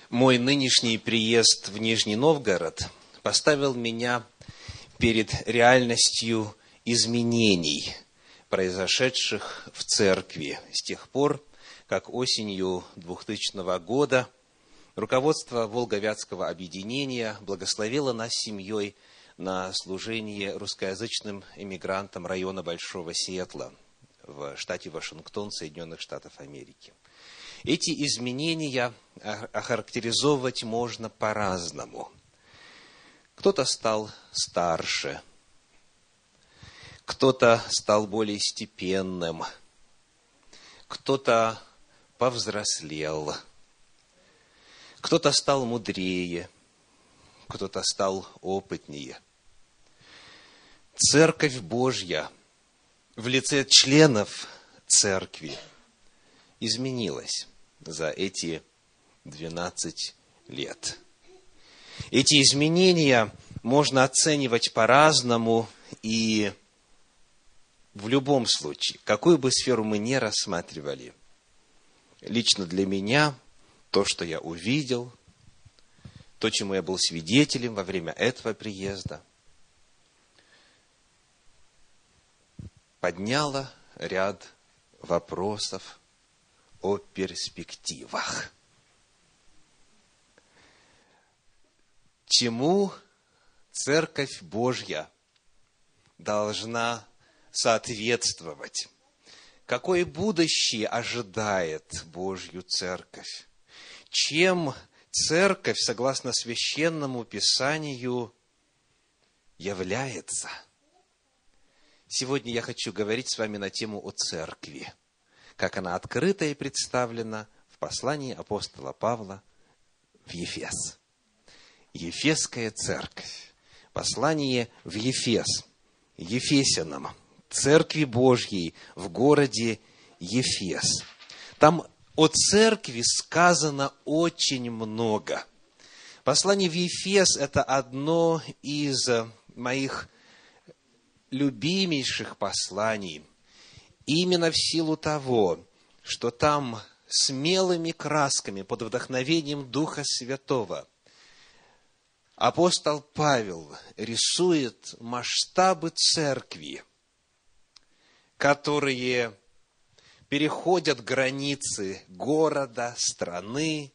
Мой нынешний приезд в Нижний Новгород поставил меня перед реальностью изменений, произошедших в церкви с тех пор, как осенью 2000 года руководство Волго-Вятского объединения благословило нас семьей на служение русскоязычным эмигрантам района Большого Сиэтла в штате Вашингтон, Соединенных Штатов Америки. Эти изменения охарактеризовать можно по-разному. Кто-то стал старше, кто-то стал более степенным, кто-то повзрослел, кто-то стал мудрее, кто-то стал опытнее. Церковь Божья в лице членов церкви изменилась за эти 12 лет. Эти изменения можно оценивать по-разному, и в любом случае, какую бы сферу мы ни рассматривали, лично для меня то, что я увидел, то, чему я был свидетелем во время этого приезда, подняло ряд вопросов о перспективах. Чему Церковь Божья должна соответствовать? Какое будущее ожидает Божью Церковь? Чем Церковь, согласно Священному Писанию, является? Сегодня я хочу говорить с вами на тему о Церкви, как она открыта и представлена в послании апостола Павла в Ефес. Ефесская церковь. Послание в Ефес, Ефесянам, Церкви Божьей в городе Ефес. Там о церкви сказано очень много. Послание в Ефес – это одно из моих любимейших посланий. Именно в силу того, что там смелыми красками, под вдохновением Духа Святого, апостол Павел рисует масштабы церкви, которые переходят границы города, страны,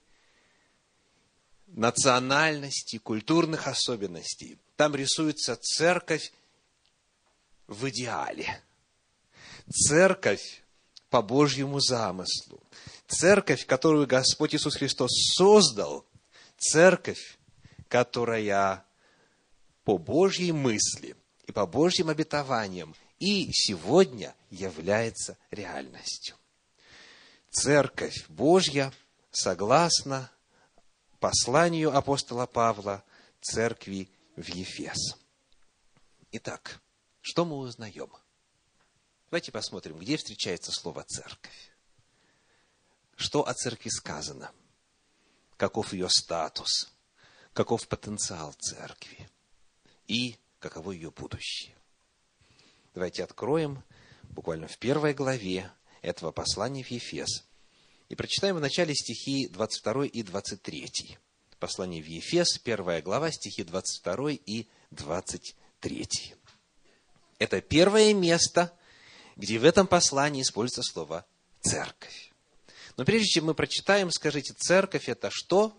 национальности, культурных особенностей. Там рисуется церковь в идеале. Церковь по Божьему замыслу. Церковь, которую Господь Иисус Христос создал. Церковь, которая по Божьей мысли и по Божьим обетованиям и сегодня является реальностью. Церковь Божья, согласно посланию апостола Павла, церкви в Ефес. Итак, что мы узнаем? Давайте посмотрим, где встречается слово «церковь». Что о церкви сказано? Каков ее статус? Каков потенциал церкви? И каково ее будущее? Давайте откроем буквально в 1 главе этого послания в Ефес. И прочитаем в начале стихи 22 и 23. Послание в Ефес, 1 глава, стихи 22 и 23. Это первое место, где в этом послании используется слово «церковь». Но прежде чем мы прочитаем, скажите, церковь – это что?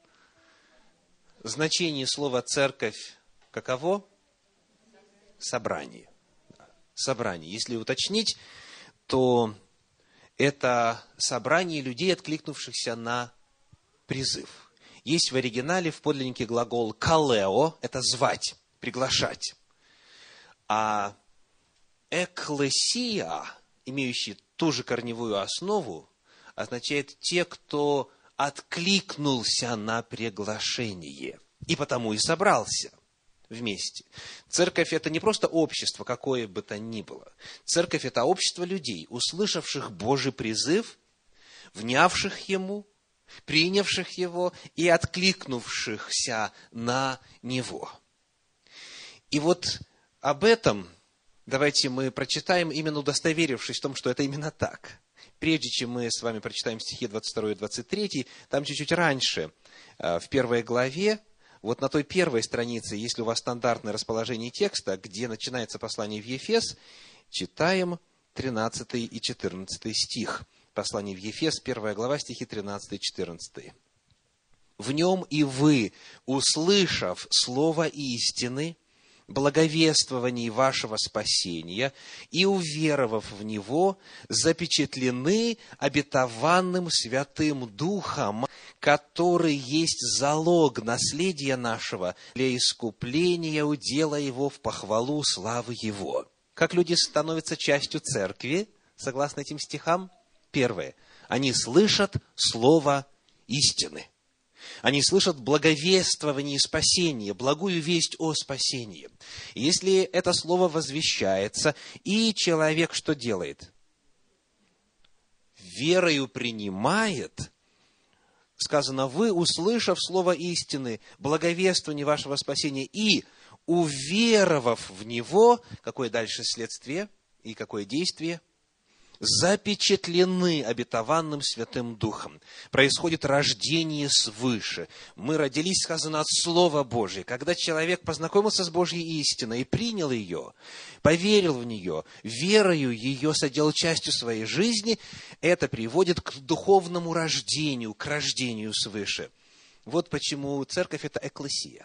Значение слова «церковь» каково? Собрание. Собрание. Если уточнить, то это собрание людей, откликнувшихся на призыв. Есть в оригинале, в подлиннике глагол «калео» – это «звать», «приглашать». А «экклесия», имеющий ту же корневую основу, означает «те, кто откликнулся на приглашение, и потому и собрался вместе». Церковь – это не просто общество, какое бы то ни было. Церковь – это общество людей, услышавших Божий призыв, внявших ему, принявших его и откликнувшихся на него. И вот об этом давайте мы прочитаем, именно удостоверившись в том, что это именно так. прежде чем мы с вами прочитаем стихи 22 и 23, там чуть-чуть раньше, в 1 главе, вот на той первой странице, если у вас стандартное расположение текста, где начинается послание в Ефес, читаем 13 и 14 стих. Послание в Ефес, 1 глава, стихи 13 и 14. «В нем и вы, услышав слово истины, благовествований вашего спасения, и уверовав в него, запечатлены обетованным Святым Духом, который есть залог наследия нашего для искупления удела его в похвалу славы его». Как люди становятся частью церкви, согласно этим стихам? Первое. Они слышат слово истины. Они слышат благовествование спасения, благую весть о спасении. Если это слово возвещается, и человек что делает? Верою принимает, сказано, вы, услышав слово истины, благовествование вашего спасения, и уверовав в него, какое дальше следствие и какое действие? Запечатлены обетованным Святым Духом. Происходит рождение свыше. Мы родились, сказано, от Слова Божия. Когда человек познакомился с Божьей истиной и принял ее, поверил в нее, верою ее соделал частью своей жизни, это приводит к духовному рождению, к рождению свыше. Вот почему церковь – это экклесия.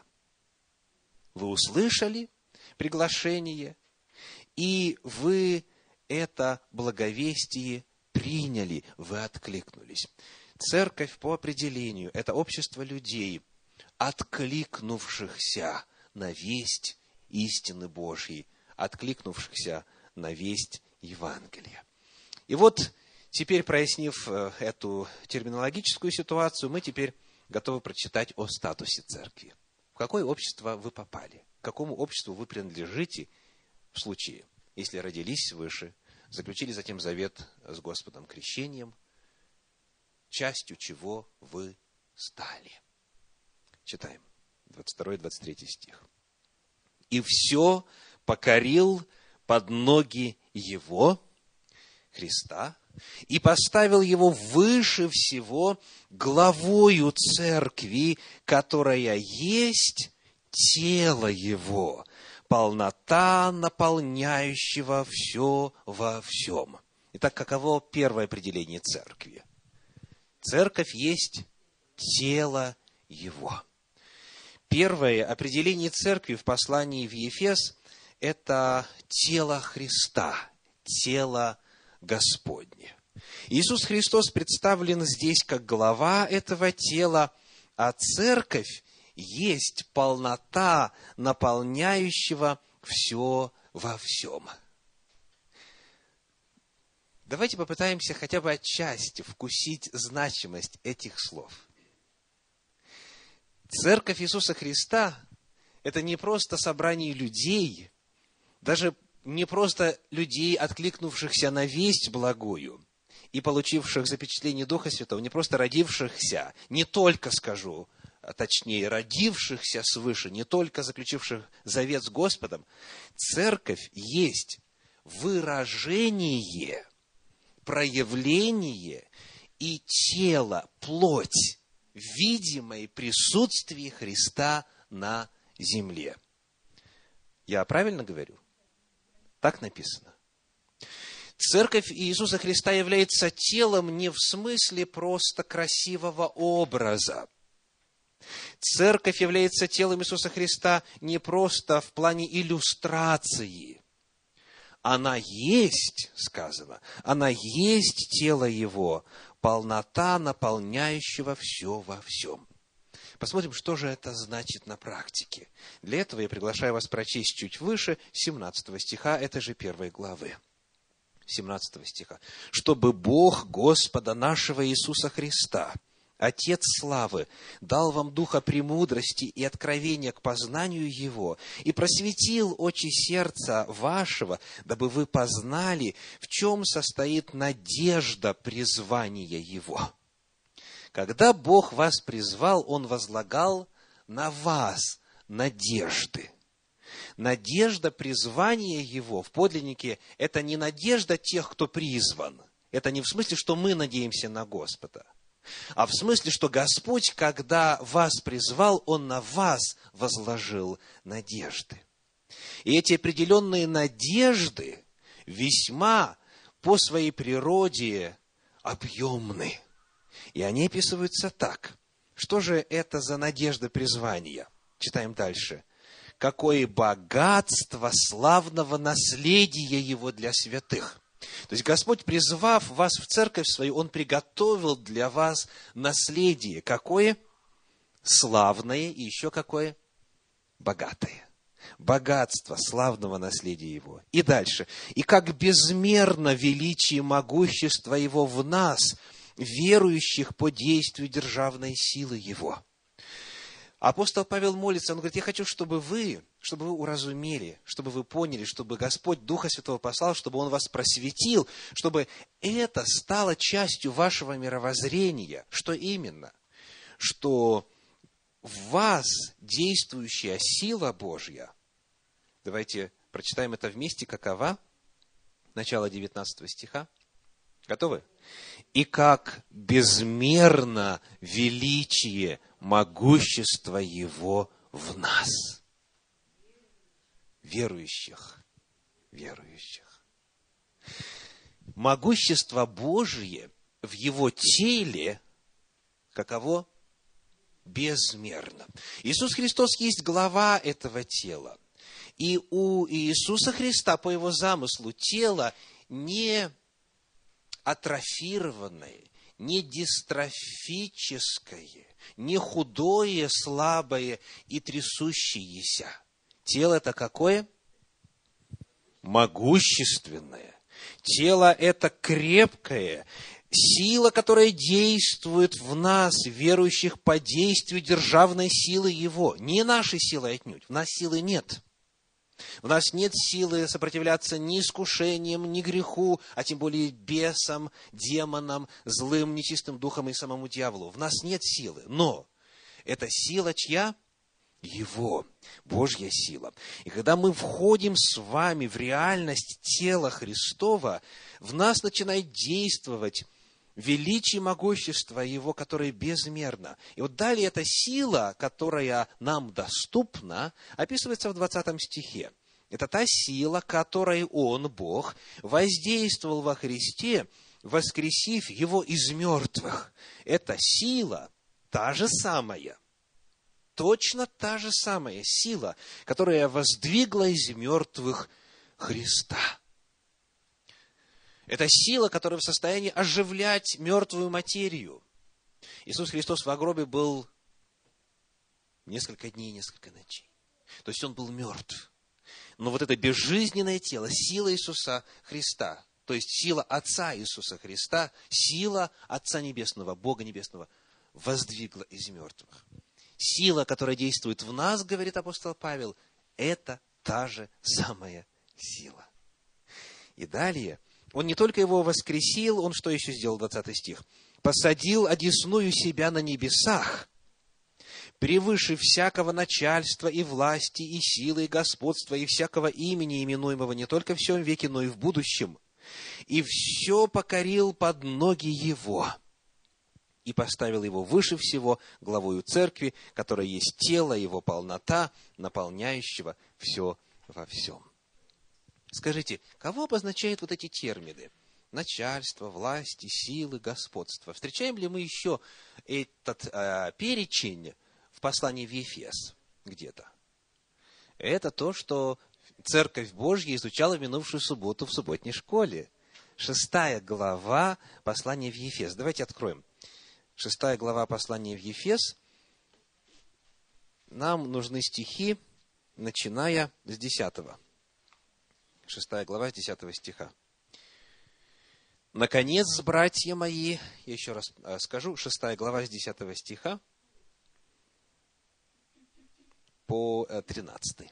Вы услышали приглашение, и вы это благовестие приняли, вы откликнулись. Церковь по определению – это общество людей, откликнувшихся на весть истины Божьей, откликнувшихся на весть Евангелия. И вот, теперь прояснив эту терминологическую ситуацию, мы теперь готовы прочитать о статусе церкви. В какое общество вы попали? К какому обществу вы принадлежите в случае, если родились свыше, заключили затем завет с Господом крещением, частью чего вы стали? Читаем 22-23 стих. «И все покорил под ноги Его, Христа, и поставил Его выше всего главою церкви, которая есть тело Его, полнота наполняющего все во всем». Итак, каково первое определение церкви? Церковь есть тело Его. Первое определение церкви в послании в Ефес – это тело Христа, тело Господне. Иисус Христос представлен здесь как глава этого тела, а церковь есть полнота наполняющего все во всем. Давайте попытаемся хотя бы отчасти вкусить значимость этих слов. Церковь Иисуса Христа – это не просто собрание людей, даже не просто людей, откликнувшихся на весть благую и получивших запечатление Духа Святого, не просто родившихся, не только, скажу, точнее, родившихся свыше, не только заключивших завет с Господом. Церковь есть выражение, проявление и тело, плоть, видимое присутствие Христа на земле. Я правильно говорю? Так написано. Церковь Иисуса Христа является телом не в смысле просто красивого образа. Церковь является телом Иисуса Христа не просто в плане иллюстрации. Она есть, сказано, она есть тело Его, полнота наполняющего все во всем. Посмотрим, что же это значит на практике. Для этого я приглашаю вас прочесть чуть выше 17 стиха этой же 1 главы. 17 стиха. «Чтобы Бог Господа нашего Иисуса Христа, Отец славы, дал вам духа премудрости и откровения к познанию Его, и просветил очи сердца вашего, дабы вы познали, в чем состоит надежда призвания Его». Когда Бог вас призвал, Он возлагал на вас надежды. Надежда призвания Его в подлиннике – это не надежда тех, кто призван. Это не в смысле, что мы надеемся на Господа, а в смысле, что Господь, когда вас призвал, Он на вас возложил надежды. И эти определенные надежды весьма по своей природе объемны. И они описываются так. Что же это за надежда призвания? Читаем дальше. Какое богатство славного наследия Его для святых. То есть Господь, призвав вас в церковь свою, Он приготовил для вас наследие. Какое? Славное и еще какое? Богатое. Богатство славного наследия Его. И дальше. И как безмерно величие и могущество Его в нас, верующих по действию державной силы Его. Апостол Павел молится, он говорит: я хочу, чтобы вы уразумели, чтобы вы поняли, чтобы Господь Духа Святого послал, чтобы Он вас просветил, чтобы это стало частью вашего мировоззрения. Что именно? Что в вас действующая сила Божья. Давайте прочитаем это вместе. Какова? Начало 19 стиха. Готовы? И как безмерно величие, могущество Его в нас. Верующих. Могущество Божие в Его теле каково? Безмерно. Иисус Христос есть глава этого тела. И у Иисуса Христа, по Его замыслу, тело не атрофированное, не дистрофическое, не худое, слабое и трясущееся. Тело это какое? Могущественное. Тело это крепкое. Сила, которая действует в нас, верующих по действию державной силы Его. Не нашей силы отнюдь. В нас силы нет. У нас нет силы сопротивляться ни искушениям, ни греху, а тем более бесам, демонам, злым, нечистым духам и самому дьяволу. В нас нет силы. Но эта сила чья? Его. Божья сила. И когда мы входим с вами в реальность тела Христова, в нас начинает действовать величие и могущество Его, которое безмерно. И вот далее эта сила, которая нам доступна, описывается в 20 стихе. Это та сила, которой Он, Бог, воздействовал во Христе, воскресив Его из мертвых. Эта сила та же самая, точно та же самая сила, которая воздвигла из мертвых Христа. Это сила, которая в состоянии оживлять мертвую материю. Иисус Христос в гробе был несколько дней, несколько ночей. То есть Он был мертв. Но вот это безжизненное тело, сила Иисуса Христа, то есть сила Отца Иисуса Христа, сила Отца Небесного, Бога Небесного, воздвигла из мертвых. Сила, которая действует в нас, говорит апостол Павел, это та же самая сила. И далее, Он не только Его воскресил, Он что еще сделал, 20 стих? «Посадил одесную себя на небесах, превыше всякого начальства и власти, и силы, и господства, и всякого имени, именуемого не только в сем веке, но и в будущем. И все покорил под ноги Его, и поставил Его выше всего главою церкви, которая есть тело Его, полнота, наполняющего все во всем». Скажите, кого обозначают вот эти термины? Начальство, власти, силы, господство. Встречаем ли мы еще этот перечень в послании в Ефес где-то? Это то, что Церковь Божья изучала в минувшую субботу в субботней школе. 6 глава послания в Ефес. Давайте откроем. 6 глава послания в Ефес. Нам нужны стихи, начиная с 10. 6 глава, с 10 стиха. «Наконец, братья мои», я еще раз скажу, 6 глава, с 10 стиха по 13.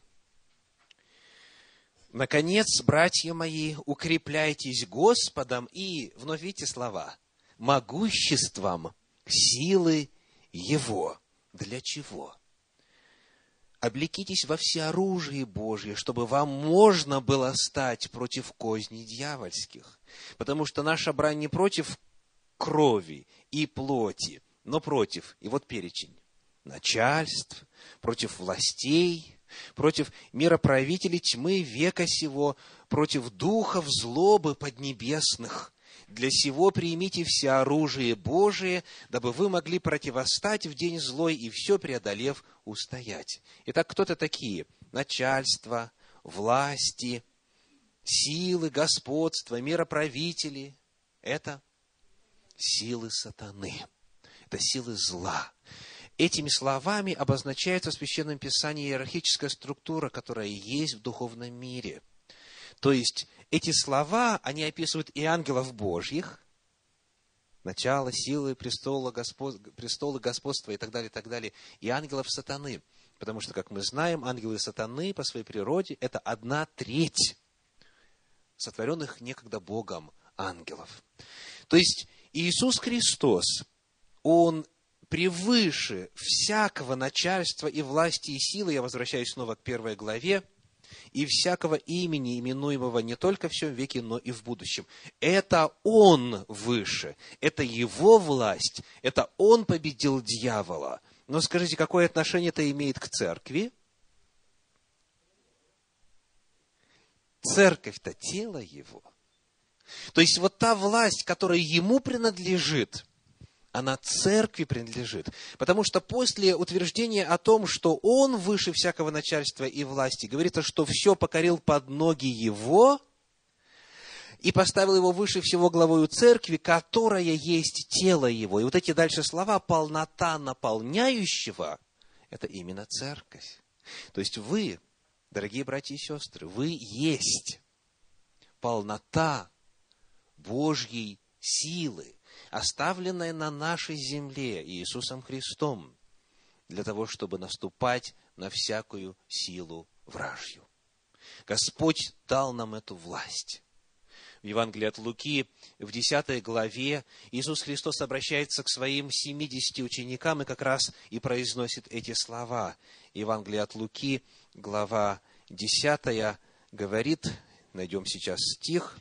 «Наконец, братья мои, укрепляйтесь Господом и», вновь видите слова, «могуществом силы Его». Для чего? облекитесь во всеоружие Божье, чтобы вам можно было стать против козней дьявольских. Потому что наша брань не против крови и плоти, но против, и вот перечень, начальств, против властей, против мироправителей тьмы века сего, против духов злобы поднебесных. Для сего примите всеоружие Божие, дабы вы могли противостать в день злой и все преодолев устоять. Итак, кто это такие? Начальство, власти, силы, господства, мироправители. Это силы сатаны. Это силы зла. Этими словами обозначается в Священном Писании иерархическая структура, которая есть в духовном мире. То есть, эти слова, они описывают и ангелов Божьих, начало, силы, престолы, господства и так далее, и ангелов сатаны. Потому что, как мы знаем, ангелы сатаны по своей природе – это 1/3 сотворенных некогда Богом ангелов. То есть, Иисус Христос, Он превыше всякого начальства и власти и силы, я возвращаюсь снова к 1 главе, и всякого имени, именуемого не только в всем веке, но и в будущем. Это Он выше, это Его власть, это Он победил дьявола. Но скажите, какое отношение это имеет к церкви? Церковь-то тело Его. То есть, вот та власть, которая Ему принадлежит, она церкви принадлежит. Потому что после утверждения о том, что Он выше всякого начальства и власти, говорится, что все покорил под ноги Его и поставил Его выше всего главою церкви, которая есть тело Его. И вот эти дальше слова, полнота наполняющего, это именно церковь. То есть вы, дорогие братья и сестры, вы есть полнота Божьей силы, оставленная на нашей земле Иисусом Христом, для того, чтобы наступать на всякую силу вражью. Господь дал нам эту власть. В Евангелии от Луки, в 10 главе, Иисус Христос обращается к своим 70 ученикам и как раз и произносит эти слова. Евангелие от Луки, глава 10, говорит, найдем сейчас стих,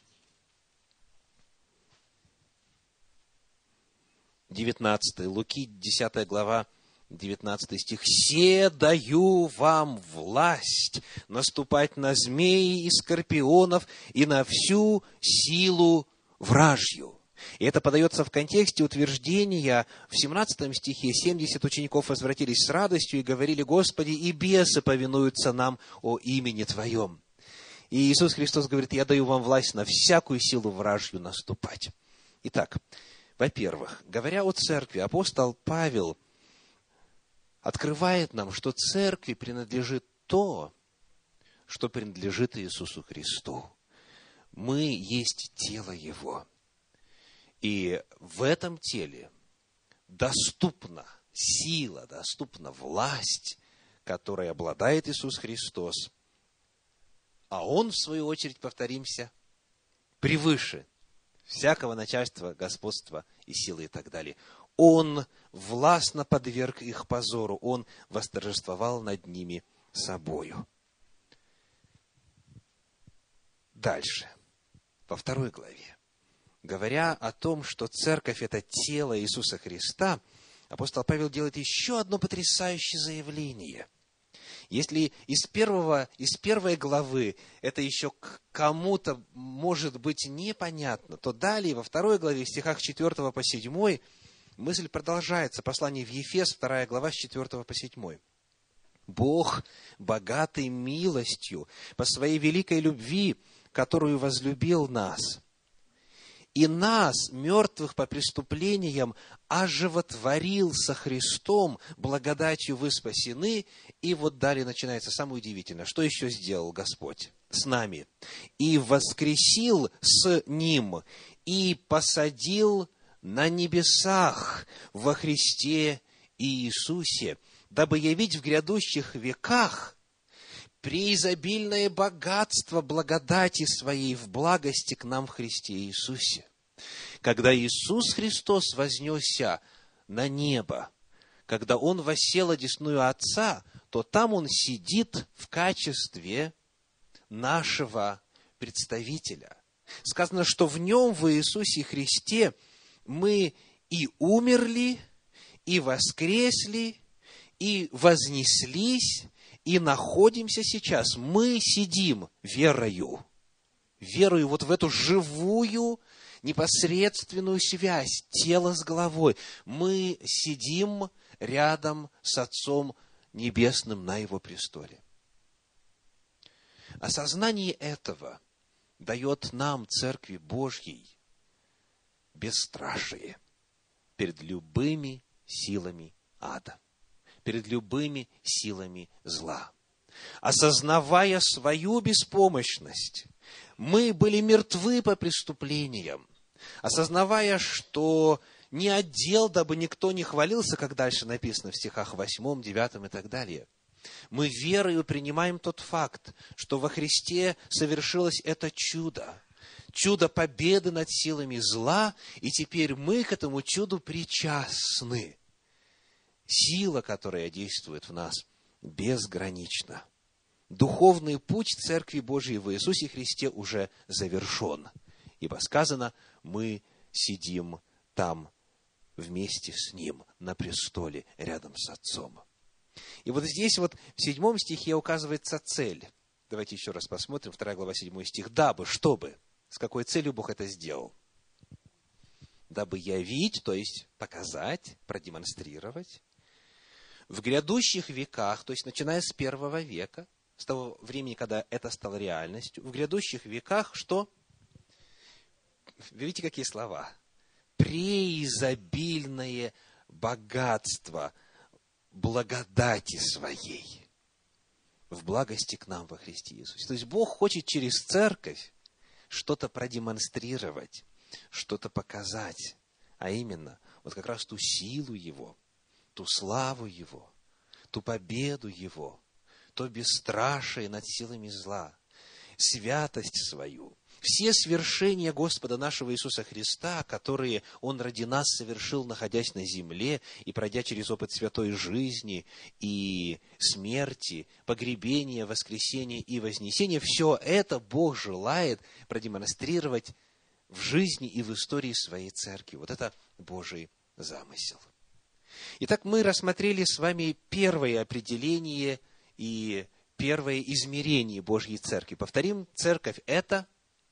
19, Луки, 10 глава, 19 стих. «Се даю вам власть наступать на змеи и скорпионов и на всю силу вражью». И это подается в контексте утверждения в 17 стихе. 70 учеников возвратились с радостью и говорили: «Господи, и бесы повинуются нам о имени Твоем». И Иисус Христос говорит: «Я даю вам власть на всякую силу вражью наступать». Итак, во-первых, говоря о церкви, апостол Павел открывает нам, что церкви принадлежит то, что принадлежит Иисусу Христу. Мы есть тело Его. И в этом теле доступна сила, доступна власть, которой обладает Иисус Христос. А Он, в свою очередь, повторимся, превыше всякого начальства, господства и силы и так далее. Он властно подверг их позору, Он восторжествовал над ними собою. Дальше, во 2 главе, говоря о том, что церковь – это тело Иисуса Христа, апостол Павел делает еще одно потрясающее заявление. Если из первой главы это еще кому-то может быть непонятно, то далее, во 2 главе, в стихах 4 по 7, мысль продолжается. Послание в Ефес, 2 глава, с 4 по 7. «Бог, богатый милостью, по своей великой любви, которую возлюбил нас, и нас, мертвых по преступлениям, оживотворил со Христом, благодатью вы спасены». И вот далее начинается самое удивительное. Что еще сделал Господь с нами? «И воскресил с Ним, и посадил на небесах во Христе Иисусе, дабы явить в грядущих веках преизобильное богатство благодати Своей в благости к нам в Христе Иисусе». Когда Иисус Христос вознесся на небо, когда Он воссел одесную Отца, то там Он сидит в качестве нашего представителя. Сказано, что в Нем, в Иисусе Христе, мы и умерли, и воскресли, и вознеслись, и находимся сейчас. Мы сидим верою вот в эту живую, непосредственную связь тела с головой. Мы сидим рядом с Отцом Небесным на Его престоле. Осознание этого дает нам, Церкви Божьей, бесстрашие перед любыми силами ада, перед любыми силами зла. Осознавая свою беспомощность, мы были мертвы по преступлениям, осознавая, что не отдел, дабы никто не хвалился, как дальше написано в стихах 8, 9 и так далее. Мы верою принимаем тот факт, что во Христе совершилось это чудо, чудо победы над силами зла, и теперь мы к этому чуду причастны. Сила, которая действует в нас, безгранична. Духовный путь Церкви Божией в Иисусе Христе уже завершен, ибо сказано, мы сидим там вместе с Ним на престоле рядом с Отцом. И вот здесь вот в 7 стихе указывается цель. Давайте еще раз посмотрим, 2 глава, 7 стих. Дабы, чтобы. С какой целью Бог это сделал? Дабы явить, то есть показать, продемонстрировать, в грядущих веках, то есть начиная с 1 века, с того времени, когда это стало реальностью, в грядущих веках, что? Видите, какие слова? Преизобильное богатство благодати своей в благости к нам во Христе Иисусе. То есть Бог хочет через церковь что-то продемонстрировать, что-то показать, а именно вот как раз ту силу Его, ту славу Его, ту победу Его, то бесстрашие над силами зла, святость свою, все свершения Господа нашего Иисуса Христа, которые Он ради нас совершил, находясь на земле и пройдя через опыт святой жизни и смерти, погребения, воскресения и вознесения, все это Бог желает продемонстрировать в жизни и в истории своей церкви. Вот это Божий замысел. Итак, мы рассмотрели с вами первое определение и первое измерение Божьей церкви. Повторим, церковь – это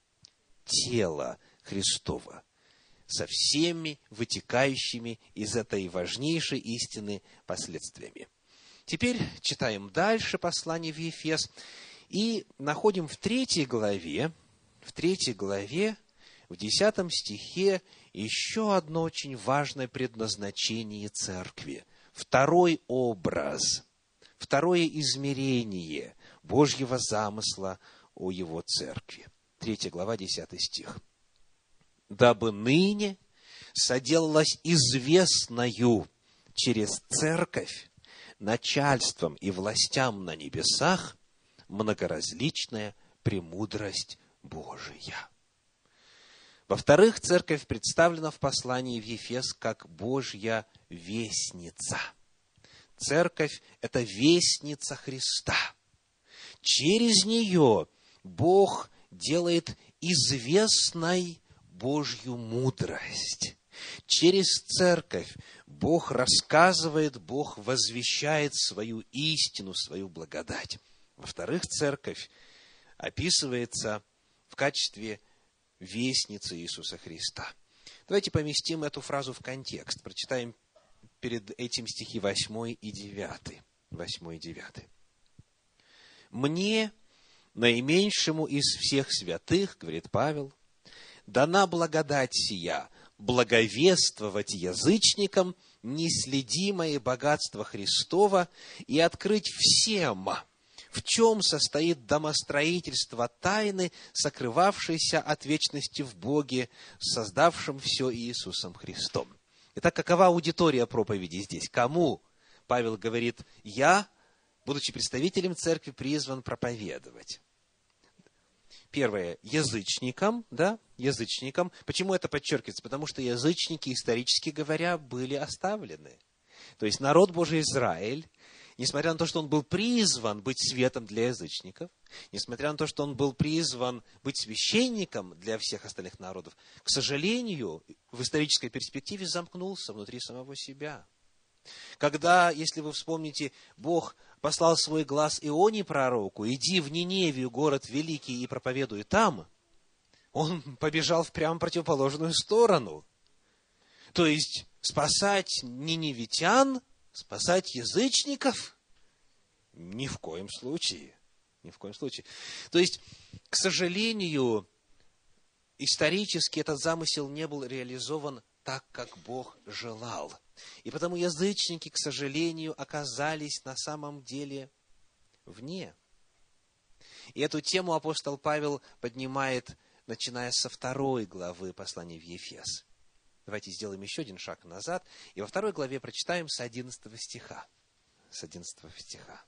тело Христово, со всеми вытекающими из этой важнейшей истины последствиями. Теперь читаем дальше послание в Ефес и находим в 3 главе, в 10 стихе еще одно очень важное предназначение церкви. Второй образ, второе измерение Божьего замысла о Его церкви. 3 глава, 10 стих. «Дабы ныне соделалось известною через церковь начальством и властям на небесах многоразличная премудрость Божия». Во-вторых, церковь представлена в послании в Ефес как Божья вестница. Церковь – это вестница Христа. Через нее Бог делает известной Божью мудрость. Через церковь Бог рассказывает, Бог возвещает свою истину, свою благодать. Во-вторых, церковь описывается в качестве вестницы Иисуса Христа. Давайте поместим эту фразу в контекст. Прочитаем перед этим стихи 8 и 9. 8 и 9. «Мне, наименьшему из всех святых, говорит Павел, дана благодать сия, благовествовать язычникам неследимое богатство Христова и открыть всем, в чем состоит домостроительство тайны, сокрывавшейся от вечности в Боге, создавшем все Иисусом Христом». Итак, какова аудитория проповеди здесь? Кому Павел говорит: «Я, будучи представителем церкви, призван проповедовать»? Первое, язычникам, да, язычникам. Почему это подчеркивается? Потому что язычники, исторически говоря, были оставлены. То есть народ Божий Израиль несмотря на то, что он был призван быть светом для язычников, несмотря на то, что он был призван быть священником для всех остальных народов, к сожалению, в исторической перспективе замкнулся внутри самого себя. Когда, если вы вспомните, Бог послал свой глас Ионе пророку: «Иди в Ниневию, город великий, и проповедуй там», он побежал в прямо противоположную сторону. То есть, спасать ниневитян, спасать язычников? Ни в коем случае. Ни в коем случае. То есть, к сожалению, исторически этот замысел не был реализован так, как Бог желал. И потому язычники, к сожалению, оказались на самом деле вне. И эту тему апостол Павел поднимает, начиная со 2 главы послания в Ефес. Давайте сделаем еще один шаг назад. И во 2 главе прочитаем с 11 стиха. С 11 стиха.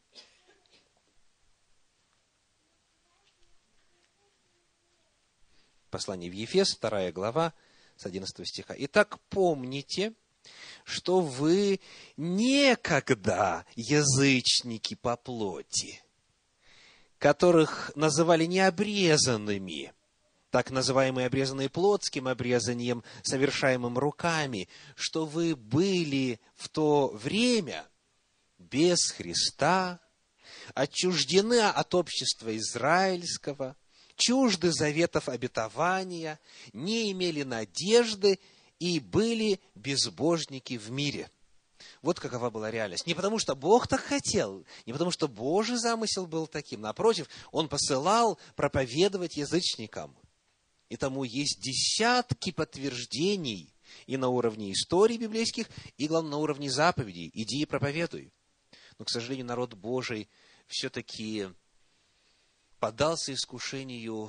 Послание в Ефес, 2 глава, с 11 стиха. «Итак, помните, что вы некогда язычники по плоти, которых называли необрезанными, так называемые обрезанные плотским обрезанием, совершаемым руками, что вы были в то время без Христа, отчуждены от общества израильского, чужды заветов обетования, не имели надежды и были безбожники в мире». Вот какова была реальность. Не потому, что Бог так хотел, не потому, что Божий замысел был таким. Напротив, Он посылал проповедовать язычникам. И тому есть десятки подтверждений и на уровне истории библейских, и, главное, на уровне заповедей. Иди и проповедуй. Но, к сожалению, народ Божий все-таки поддался искушению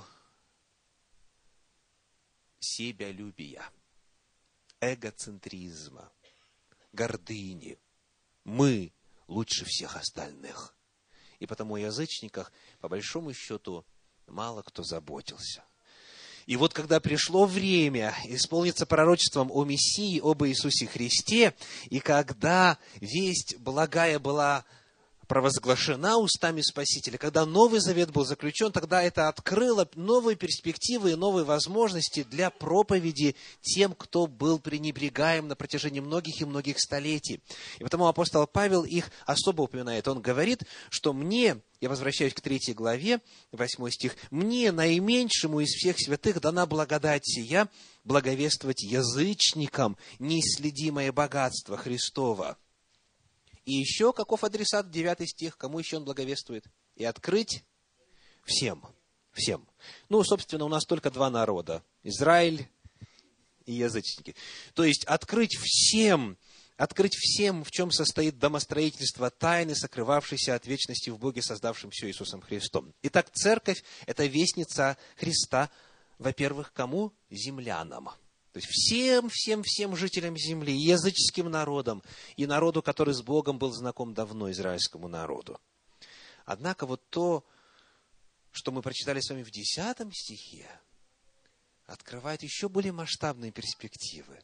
себялюбия, эгоцентризма, гордыни. Мы лучше всех остальных. И потому о язычниках, по большому счету, мало кто заботился. И вот когда пришло время исполниться пророчеством о Мессии, об Иисусе Христе, и когда весть благая была провозглашена устами Спасителя, когда Новый Завет был заключен, тогда это открыло новые перспективы и новые возможности для проповеди тем, кто был пренебрегаем на протяжении многих и многих столетий. И потому апостол Павел их особо упоминает. Он говорит, что мне, я возвращаюсь к 3 главе, 8 стих, «мне, наименьшему из всех святых, дана благодать сия, благовествовать язычникам неисследимое богатство Христова». И еще, каков адресат, 9 стих, кому еще он благовествует? «И открыть всем». Всем. Ну, собственно, у нас только 2 народа. Израиль и язычники. То есть, открыть всем, в чем состоит домостроительство тайны, сокрывавшейся от вечности в Боге, создавшем все Иисусом Христом. Итак, церковь – это вестница Христа, во-первых, кому? Землянам. То есть всем жителям земли, и языческим народам, и народу, который с Богом был знаком давно, израильскому народу. Однако вот то, что мы прочитали с вами в 10 стихе, открывает еще более масштабные перспективы.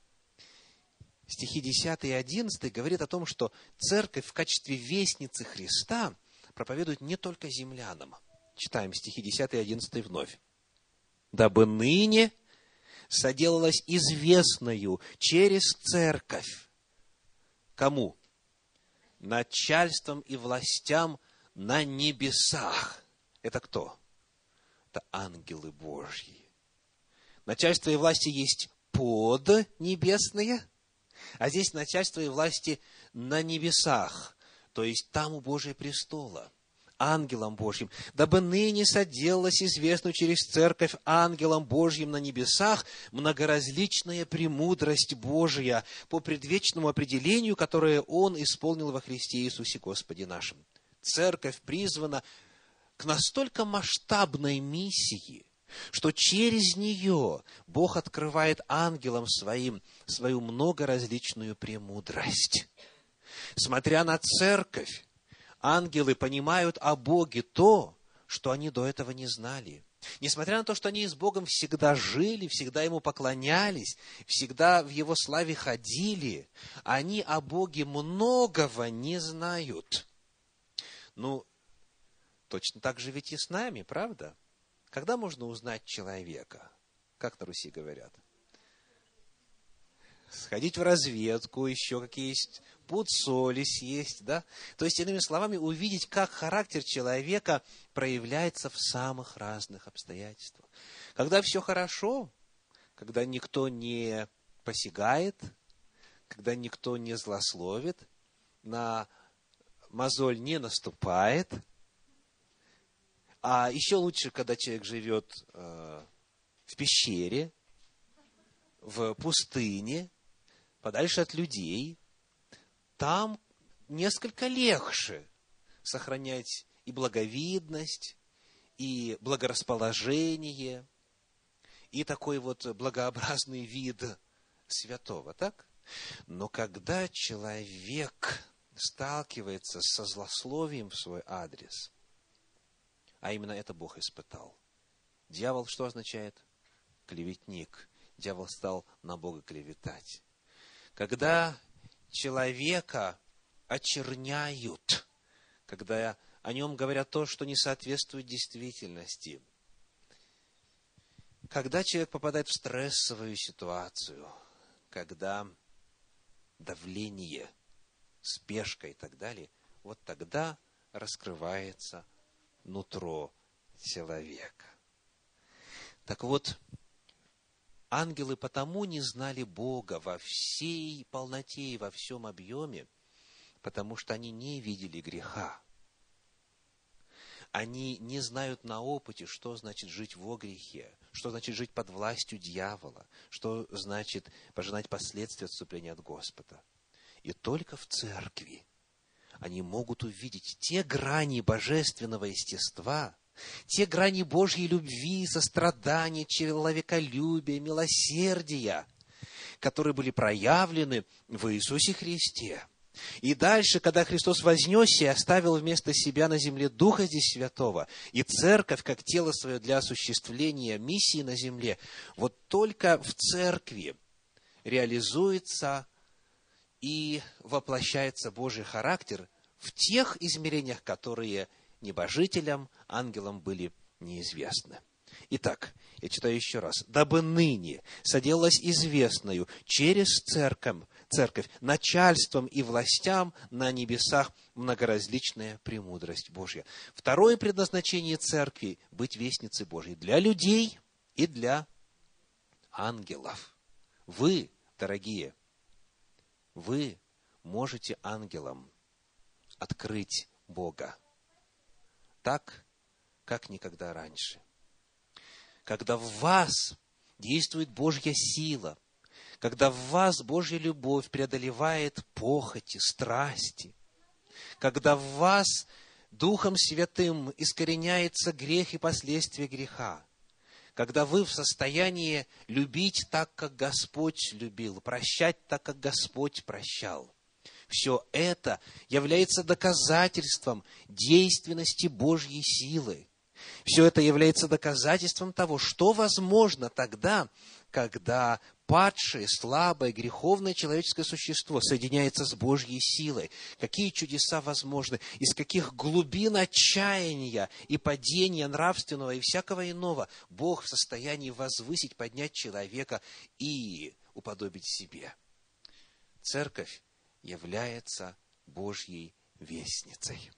Стихи 10 и 11 говорят о том, что церковь в качестве вестницы Христа проповедует не только землянам. Читаем стихи 10 и 11 вновь. «Дабы ныне соделалась известною через церковь». Кому? Начальством и властям на небесах. Это кто? Это ангелы Божьи. Начальство и власти есть поднебесные, а здесь начальство и власти на небесах, то есть там у Божия престола. Ангелом Божьим, дабы ныне соделалась известную через церковь ангелом Божьим на небесах многоразличная премудрость Божия по предвечному определению, которое Он исполнил во Христе Иисусе Господе нашим. Церковь призвана к настолько масштабной миссии, что через нее Бог открывает ангелам своим свою многоразличную премудрость. Смотря на церковь, ангелы понимают о Боге то, что они до этого не знали. Несмотря на то, что они с Богом всегда жили, всегда Ему поклонялись, всегда в Его славе ходили, они о Боге многого не знают. Ну, точно так же ведь и с нами, правда? Когда можно узнать человека? Как на Руси говорят? Сходить в разведку, еще какие есть, пуд соли съесть, да? То есть, иными словами, увидеть, как характер человека проявляется в самых разных обстоятельствах. Когда все хорошо, когда никто не посягает, когда никто не злословит, на мозоль не наступает, а еще лучше, когда человек живет в пещере, в пустыне, подальше от людей, там несколько легче сохранять и благовидность, и благорасположение, и такой вот благообразный вид святого, так? Но когда человек сталкивается со злословием в свой адрес, а именно это Бог испытал. Дьявол что означает? Клеветник. Дьявол стал на Бога клеветать. Когда человека очерняют, когда о нем говорят то, что не соответствует действительности, когда человек попадает в стрессовую ситуацию, когда давление, спешка и так далее, вот тогда раскрывается нутро человека. Так вот, ангелы потому не знали Бога во всей полноте и во всем объеме, потому что они не видели греха. Они не знают на опыте, что значит жить во грехе, что значит жить под властью дьявола, что значит пожинать последствия отступления от Господа. И только в церкви они могут увидеть те грани божественного естества, те грани Божьей любви, сострадания, человеколюбия, милосердия, которые были проявлены в Иисусе Христе. И дальше, когда Христос вознесся и оставил вместо себя на земле Духа здесь Святого, и Церковь, как тело свое для осуществления миссии на земле, вот только в Церкви реализуется и воплощается Божий характер в тех измерениях, которые небожителям, ангелам были неизвестны. Итак, я читаю еще раз. «Дабы ныне соделалось известною через церковь начальством и властям на небесах многоразличная премудрость Божья». Второе предназначение церкви – быть вестницей Божьей для людей и для ангелов. Вы, дорогие, вы можете ангелам открыть Бога так, как никогда раньше. Когда в вас действует Божья сила, когда в вас Божья любовь преодолевает похоти, страсти, когда в вас Духом Святым искореняется грех и последствия греха, когда вы в состоянии любить так, как Господь любил, прощать так, как Господь прощал, все это является доказательством действенности Божьей силы. Все это является доказательством того, что возможно тогда, когда падшее, слабое, греховное человеческое существо соединяется с Божьей силой. Какие чудеса возможны, из каких глубин отчаяния и падения нравственного и всякого иного Бог в состоянии возвысить, поднять человека и уподобить себе. Церковь является Божьей вестницей.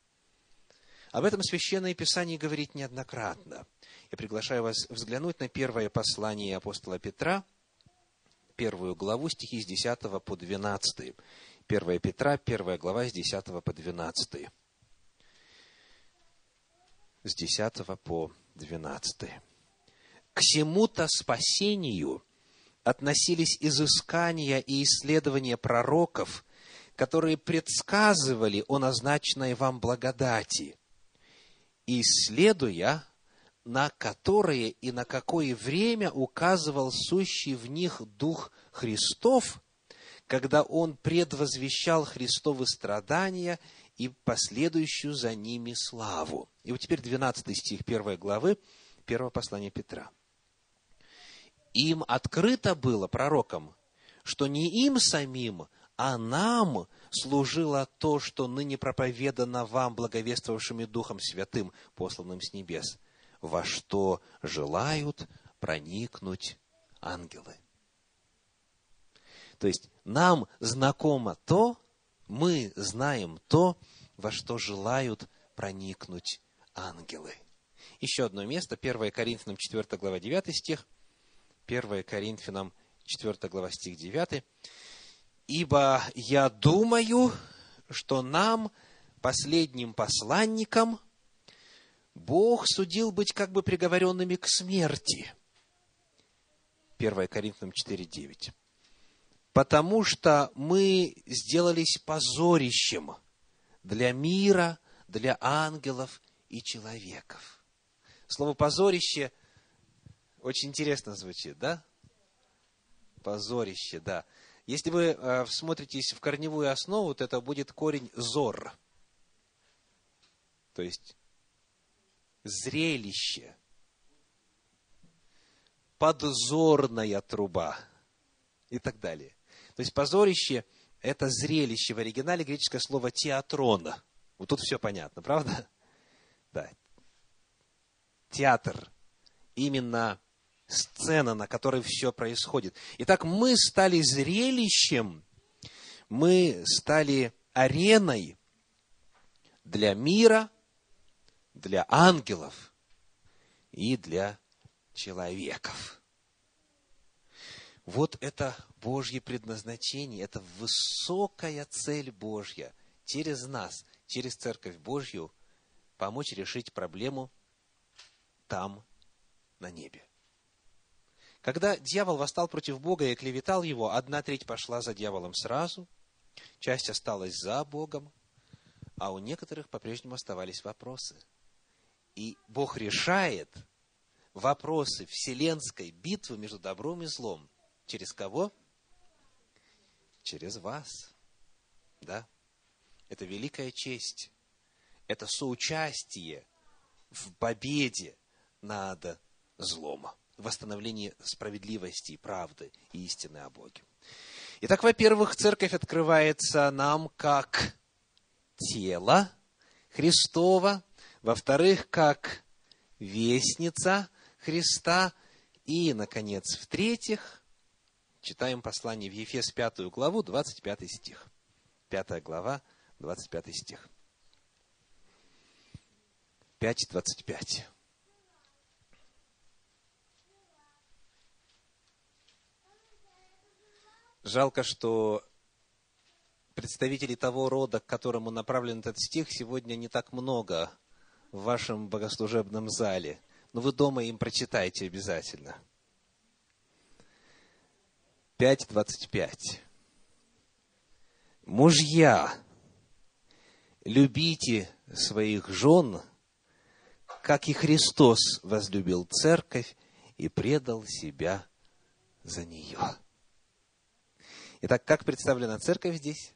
Об этом Священное Писание говорит неоднократно. Я приглашаю вас взглянуть на первое послание апостола Петра, 1 главу, стихи с 10 по 12. 1 Петра, 1 глава, с 10 по 12. С 10 по 12. «К сему-то спасению относились изыскания и исследования пророков, которые предсказывали о назначенной вам благодати, исследуя, на которые и на какое время указывал сущий в них Дух Христов, когда Он предвозвещал Христовы страдания и последующую за ними славу». И вот теперь 12 стих 1 главы 1 послания Петра. «Им открыто было, пророкам, что не им самим, а нам служило то, что ныне проповедано вам, благовествовавшими Духом Святым, посланным с небес, во что желают проникнуть ангелы». То есть, нам знакомо то, мы знаем то, во что желают проникнуть ангелы. Еще одно место, 1 Коринфянам 4 глава 9 стих, 1 Коринфянам 4 глава стих 9. «Ибо я думаю, что нам, последним посланникам, Бог судил быть как бы приговоренными к смерти». 1 Коринфянам 4, 9. «Потому что мы сделались позорищем для мира, для ангелов и человеков». Слово «позорище» очень интересно звучит, да? Позорище, да. Если вы всмотритесь в корневую основу, то это будет корень «зор». То есть, зрелище. Подзорная труба. И так далее. То есть, позорище – это зрелище. В оригинале греческое слово «театрон». Вот тут все понятно, правда? Да. Театр. Именно сцена, на которой все происходит. Итак, мы стали зрелищем, мы стали ареной для мира, для ангелов и для человеков. Вот это Божье предназначение, это высокая цель Божья через нас, через Церковь Божью, помочь решить проблему там, на небе. Когда дьявол восстал против Бога и клеветал его, 1/3 пошла за дьяволом сразу, часть осталась за Богом, а у некоторых по-прежнему оставались вопросы. И Бог решает вопросы вселенской битвы между добром и злом. Через кого? Через вас. Да? Это великая честь. Это соучастие в победе над злом. Восстановлении справедливости, правды и истины о Боге. Итак, во-первых, Церковь открывается нам как тело Христово. Во-вторых, как вестница Христа. И, наконец, в-третьих, читаем послание в Ефес 5 главу, 25 стих. 5 глава, 25 стих. 5:25. Жалко, что представителей того рода, к которому направлен этот стих, сегодня не так много в вашем богослужебном зале. Но вы дома им прочитайте обязательно. 5:25. «Мужья, любите своих жен, как и Христос возлюбил церковь и предал себя за нее». Итак, как представлена церковь здесь?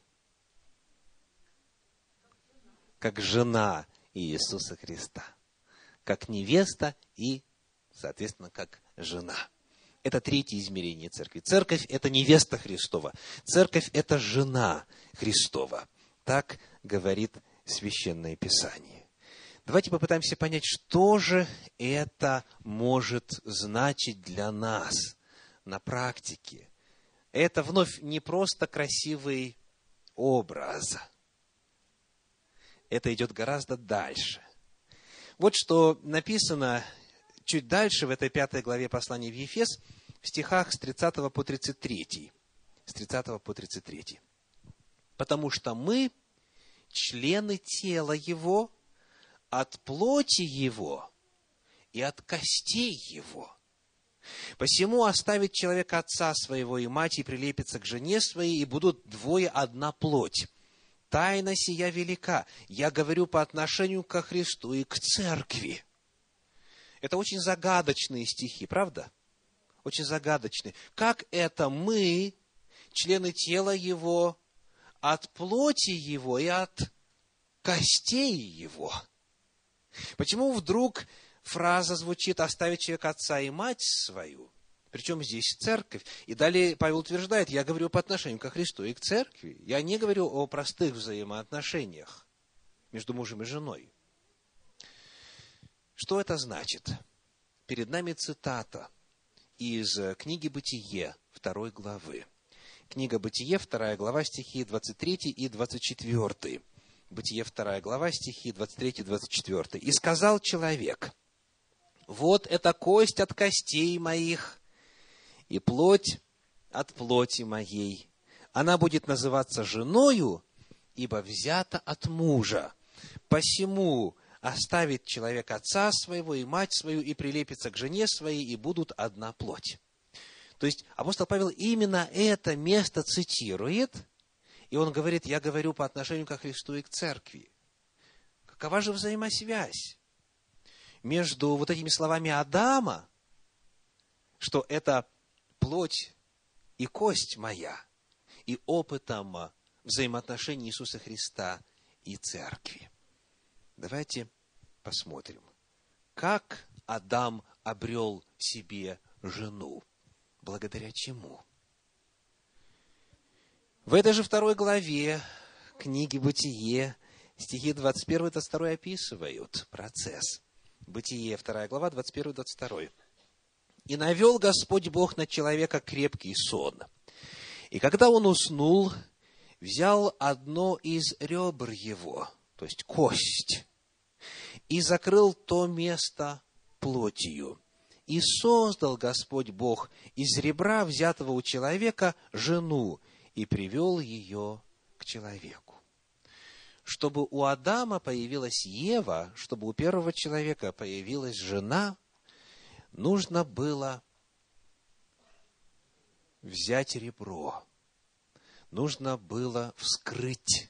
Как жена Иисуса Христа. Как невеста и, соответственно, как жена. Это третье измерение церкви. Церковь – это невеста Христова. Церковь – это жена Христова. Так говорит Священное Писание. Давайте попытаемся понять, что же это может значить для нас на практике. Это вновь не просто красивый образ. Это идет гораздо дальше. Вот что написано чуть дальше в этой 5 главе послания в Ефес, в стихах с 30 по 33. С 30 по 33. «Потому что мы члены тела Его, от плоти Его и от костей Его. Посему оставит человек отца своего и мать, и прилепится к жене своей, и будут двое одна плоть. Тайна сия велика. Я говорю по отношению ко Христу и к церкви». Это очень загадочные стихи, правда? Очень загадочные. Как это мы, члены тела Его, от плоти Его и от костей Его? Почему вдруг фраза звучит «оставить человек отца и мать свою»? Причем здесь церковь. И далее Павел утверждает, я говорю по отношению ко Христу и к церкви. Я не говорю о простых взаимоотношениях между мужем и женой. Что это значит? Перед нами цитата из книги «Бытие», 2 главы. Книга «Бытие», 2 глава, стихи 23 и 24. Бытие, 2 глава, стихи 23 и 24. «И сказал человек, вот это кость от костей моих, и плоть от плоти моей. Она будет называться женою, ибо взята от мужа. Посему оставит человек отца своего и мать свою, и прилепится к жене своей, и будут одна плоть». То есть апостол Павел именно это место цитирует, и он говорит, я говорю по отношению ко Христу и к церкви. Какова же взаимосвязь между вот этими словами Адама, что это плоть и кость моя, и опытом взаимоотношений Иисуса Христа и церкви? Давайте посмотрим, как Адам обрел себе жену, благодаря чему. В этой же 2 главе книги «Бытие» стихи 21-22 описывают процесс. Бытие, 2 глава, 21-22. «И навел Господь Бог на человека крепкий сон. И когда он уснул, взял одно из ребр его, то есть кость, и закрыл то место плотью. И создал Господь Бог из ребра, взятого у человека, жену, и привел ее к человеку». Чтобы у Адама появилась Ева, чтобы у первого человека появилась жена, нужно было взять ребро, нужно было вскрыть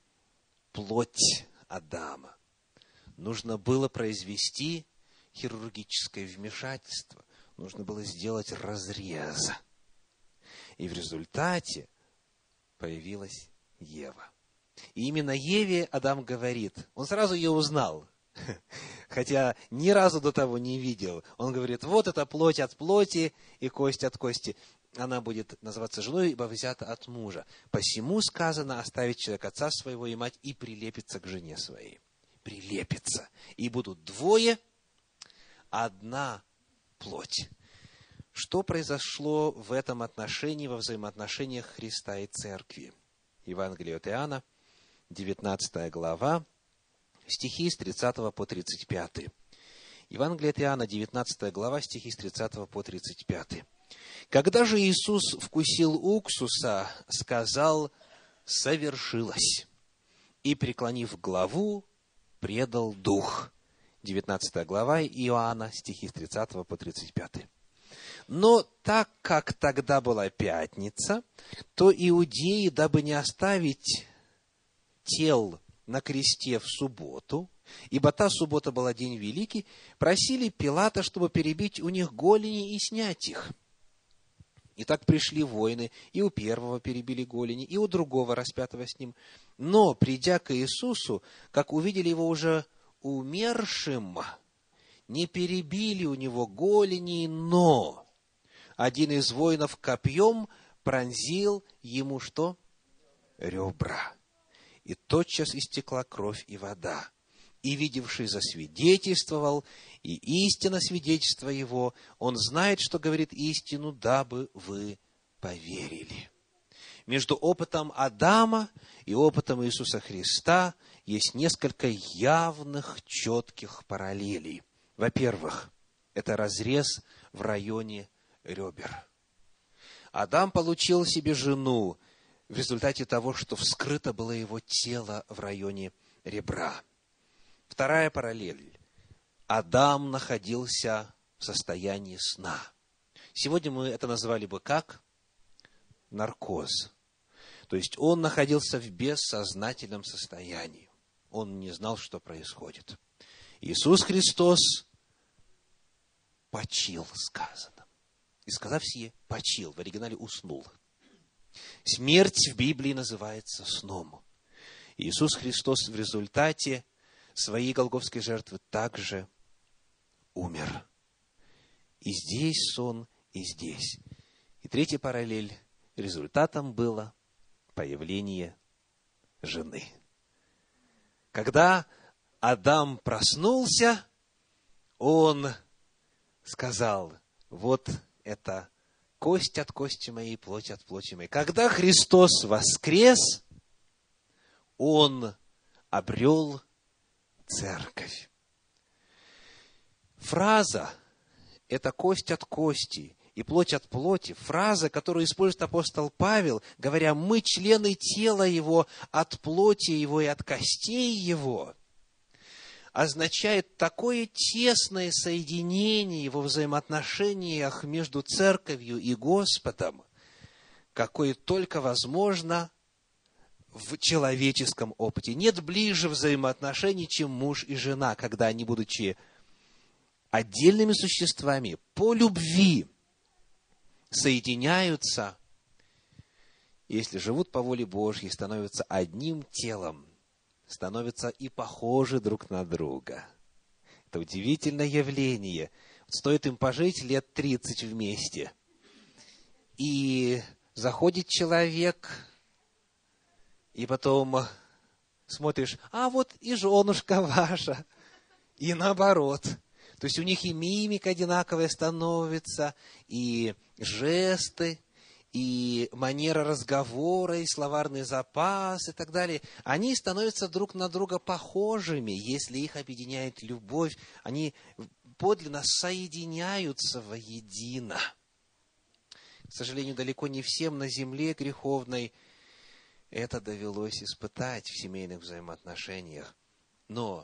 плоть Адама, нужно было произвести хирургическое вмешательство, нужно было сделать разрез. И в результате появилась Ева. И именно Еве Адам говорит, он сразу ее узнал, хотя ни разу до того не видел. Он говорит, вот это плоть от плоти и кость от кости. Она будет называться женой, ибо взята от мужа. Посему сказано, оставить человек отца своего и мать, и прилепится к жене своей. Прилепится. И будут двое, одна плоть. Что произошло в этом отношении, во взаимоотношениях Христа и церкви? Евангелие от Иоанна, 19 глава, стихи с 30 по 35. Евангелие от Иоанна, 19 глава, стихи с 30 по 35. «Когда же Иисус вкусил уксуса, сказал, совершилось, и, преклонив главу, предал дух». 19 глава Иоанна, стихи с 30 по 35. «Но так как тогда была пятница, то иудеи, дабы не оставить тел на кресте в субботу, ибо та суббота была день великий, просили Пилата, чтобы перебить у них голени и снять их. И так пришли воины, и у первого перебили голени, и у другого, распятого с ним. Но, придя к Иисусу, как увидели его уже умершим, не перебили у него голени, но один из воинов копьем пронзил ему что? Ребра. И тотчас истекла кровь и вода. И видевший засвидетельствовал, и истина свидетельства его, он знает, что говорит истину, дабы вы поверили». Между опытом Адама и опытом Иисуса Христа есть несколько явных, четких параллелей. Во-первых, это разрез в районе ребер. Адам получил себе жену в результате того, что вскрыто было его тело в районе ребра. Вторая параллель. Адам находился в состоянии сна. Сегодня мы это назвали бы как? Наркоз. То есть он находился в бессознательном состоянии. Он не знал, что происходит. Иисус Христос почил, сказано. И сказав сие, почил. В оригинале уснул. Смерть в Библии называется сном. Иисус Христос в результате своей голгофской жертвы также умер. И здесь сон, и здесь. И третья параллель. Результатом было появление жены. Когда Адам проснулся, он сказал: вот это кость от кости моей, плоть от плоти моей. Когда Христос воскрес, Он обрел церковь. Фраза «это кость от кости» и плоть от плоти, фраза, которую использует апостол Павел, говоря: мы члены тела Его, от плоти Его и от костей Его, означает такое тесное соединение во взаимоотношениях между церковью и Господом, какое только возможно в человеческом опыте. Нет ближе взаимоотношений, чем муж и жена, когда они, будучи отдельными существами, по любви соединяются, если живут по воле Божьей, становятся одним телом, становятся и похожи друг на друга. Это удивительное явление. Стоит им пожить лет 30 вместе, и заходит человек, и потом смотришь: а вот и женушка ваша, и наоборот. То есть у них и мимика одинаковая становится, и жесты, и манера разговора, и словарный запас, и так далее. Они становятся друг на друга похожими, если их объединяет любовь. Они подлинно соединяются воедино. К сожалению, далеко не всем на земле греховной это довелось испытать в семейных взаимоотношениях. Но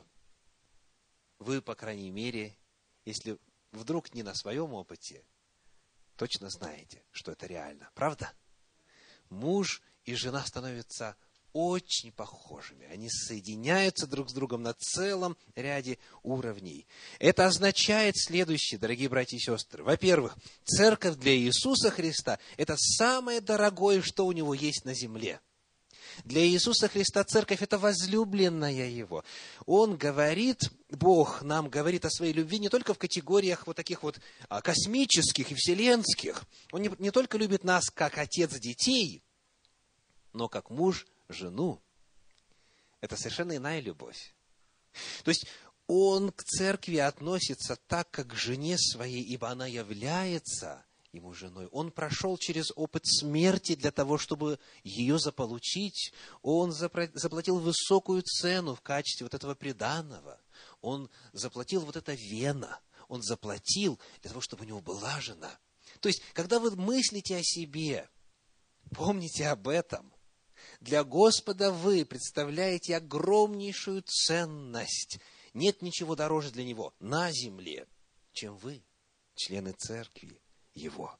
вы, по крайней мере, если вдруг не на своем опыте, точно знаете, что это реально. Правда? Муж и жена становятся очень похожими. Они соединяются друг с другом на целом ряде уровней. Это означает следующее, дорогие братья и сестры. Во-первых, церковь для Иисуса Христа – это самое дорогое, что у Него есть на земле. Для Иисуса Христа церковь – это возлюбленная Его. Он говорит, Бог нам говорит о своей любви не только в категориях вот таких вот космических и вселенских. Он не только любит нас как отец детей, но как муж жену. Это совершенно иная любовь. То есть Он к церкви относится так, как к жене своей, ибо она является ему женой. Он прошел через опыт смерти для того, чтобы ее заполучить. Он заплатил высокую цену в качестве вот этого приданого. Он заплатил вот это вена. Он заплатил для того, чтобы у него была жена. То есть, когда вы мыслите о себе, помните об этом. Для Господа вы представляете огромнейшую ценность. Нет ничего дороже для Него на земле, чем вы, члены церкви Его.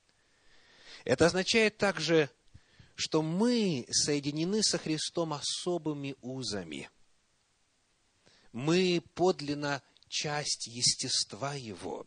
Это означает также, что мы соединены со Христом особыми узами. Мы подлинно часть естества Его.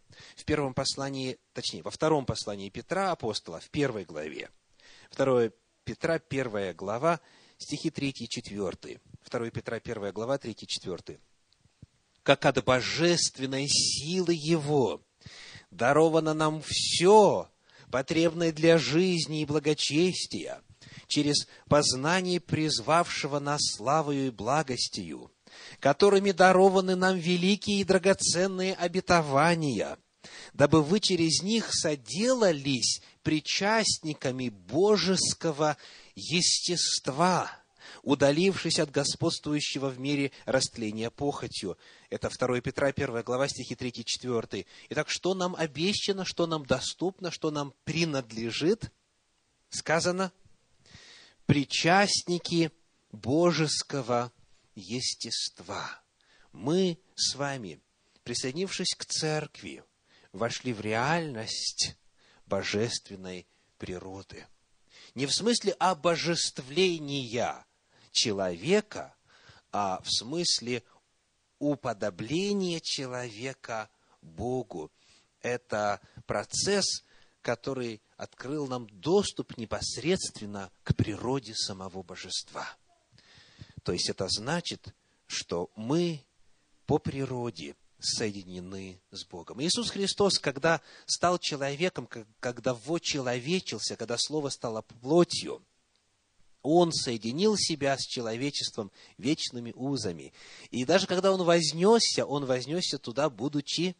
Во втором послании Петра, апостола, в 1 главе. 2 Петра, 1 глава, стихи 3 и 4. 2 Петра, 1 глава, 3 и 4. «Как от божественной силы Его даровано нам все, потребное для жизни и благочестия, через познание призвавшего нас славою и благостью, которыми дарованы нам великие и драгоценные обетования, дабы вы через них соделались причастниками божеского естества, удалившись от господствующего в мире растления похотью». Это 2 Петра, 1 глава, стихи 3 и 4. Итак, что нам обещано, что нам доступно, что нам принадлежит? Сказано: причастники божеского естества. Мы с вами, присоединившись к церкви, вошли в реальность божественной природы. Не в смысле обожествления человека, а в смысле уподобления человека Богу. Это процесс, который открыл нам доступ непосредственно к природе самого божества. То есть это значит, что мы по природе соединены с Богом. Иисус Христос, когда стал человеком, когда вочеловечился, когда Слово стало плотью, Он соединил себя с человечеством вечными узами. И даже когда Он вознесся туда, будучи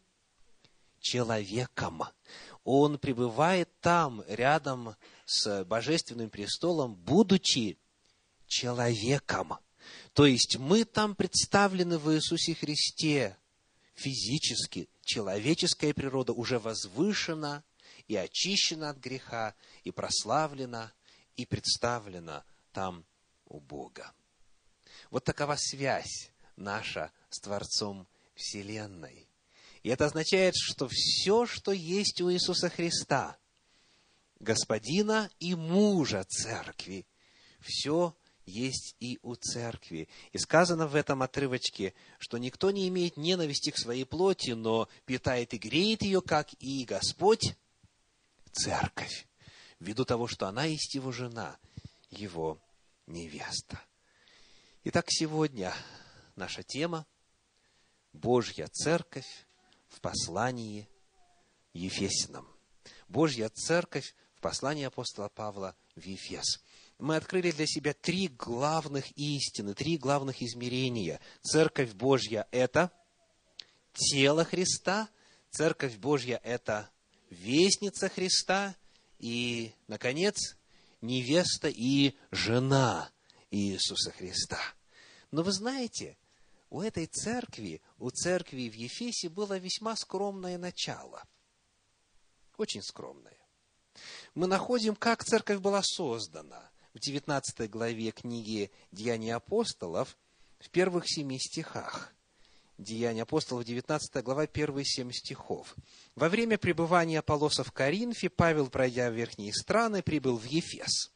человеком. Он пребывает там, рядом с Божественным престолом, будучи человеком. То есть мы там представлены в Иисусе Христе физически. Человеческая природа уже возвышена и очищена от греха, и прославлена, и представлена там у Бога. Вот такова связь наша с Творцом Вселенной. И это означает, что все, что есть у Иисуса Христа, Господина и мужа Церкви, все есть и у Церкви. И сказано в этом отрывочке, что никто не имеет ненависти к своей плоти, но питает и греет ее, как и Господь, Церковь, ввиду того, что она есть Его жена, Его невеста. Итак, сегодня наша тема – Божья Церковь в послании Ефесянам. Божья Церковь в послании апостола Павла в Ефес. Мы открыли для себя 3 главных истины, 3 главных измерения. Церковь Божья – это тело Христа, Церковь Божья – это вестница Христа, и, наконец, невеста и жена Иисуса Христа. Но вы знаете, у этой церкви, у церкви в Ефесе было весьма скромное начало. Очень скромное. Мы находим, как церковь была создана в 19 главе книги «Деяния апостолов» в первых 7 стихах. Деяния апостолов, 19 глава, первые 7 стихов. Во время пребывания Аполлоса в Коринфе Павел, пройдя верхние страны, прибыл в Ефес.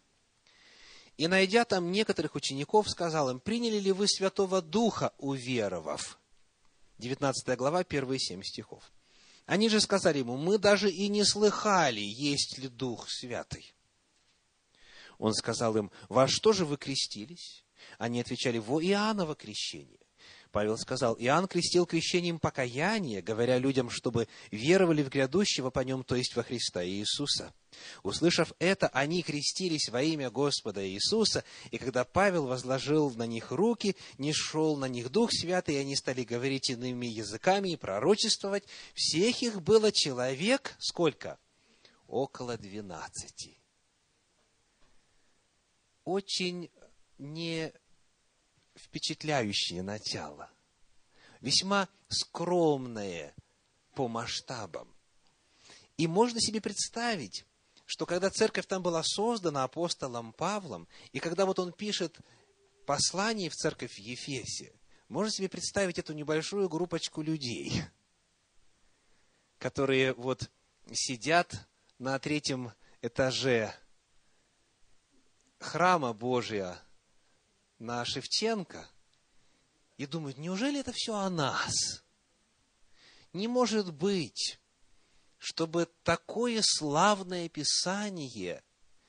И, найдя там некоторых учеников, сказал им: «Приняли ли вы Святого Духа, уверовав?» 19 глава, первые 7 стихов. Они же сказали ему: «Мы даже и не слыхали, есть ли Дух Святый». Он сказал им: «Во что же вы крестились?» Они отвечали: «Во Иоанново крещение». Павел сказал: «Иоанн крестил крещением покаяния, говоря людям, чтобы веровали в грядущего по нем, то есть во Христа Иисуса». Услышав это, они крестились во имя Господа Иисуса, и когда Павел возложил на них руки, нишел на них Дух Святый, и они стали говорить иными языками и пророчествовать. Всех их было человек, сколько? Около 12. Очень не впечатляющее начало, весьма скромное по масштабам. И можно себе представить, что когда церковь там была создана апостолом Павлом, и когда вот он пишет послание в церковь в Ефесе, можно себе представить эту небольшую группочку людей, которые вот сидят на 3-м этаже храма Божия на Шевченко и думают: неужели это все о нас? Не может быть, чтобы такое славное Писание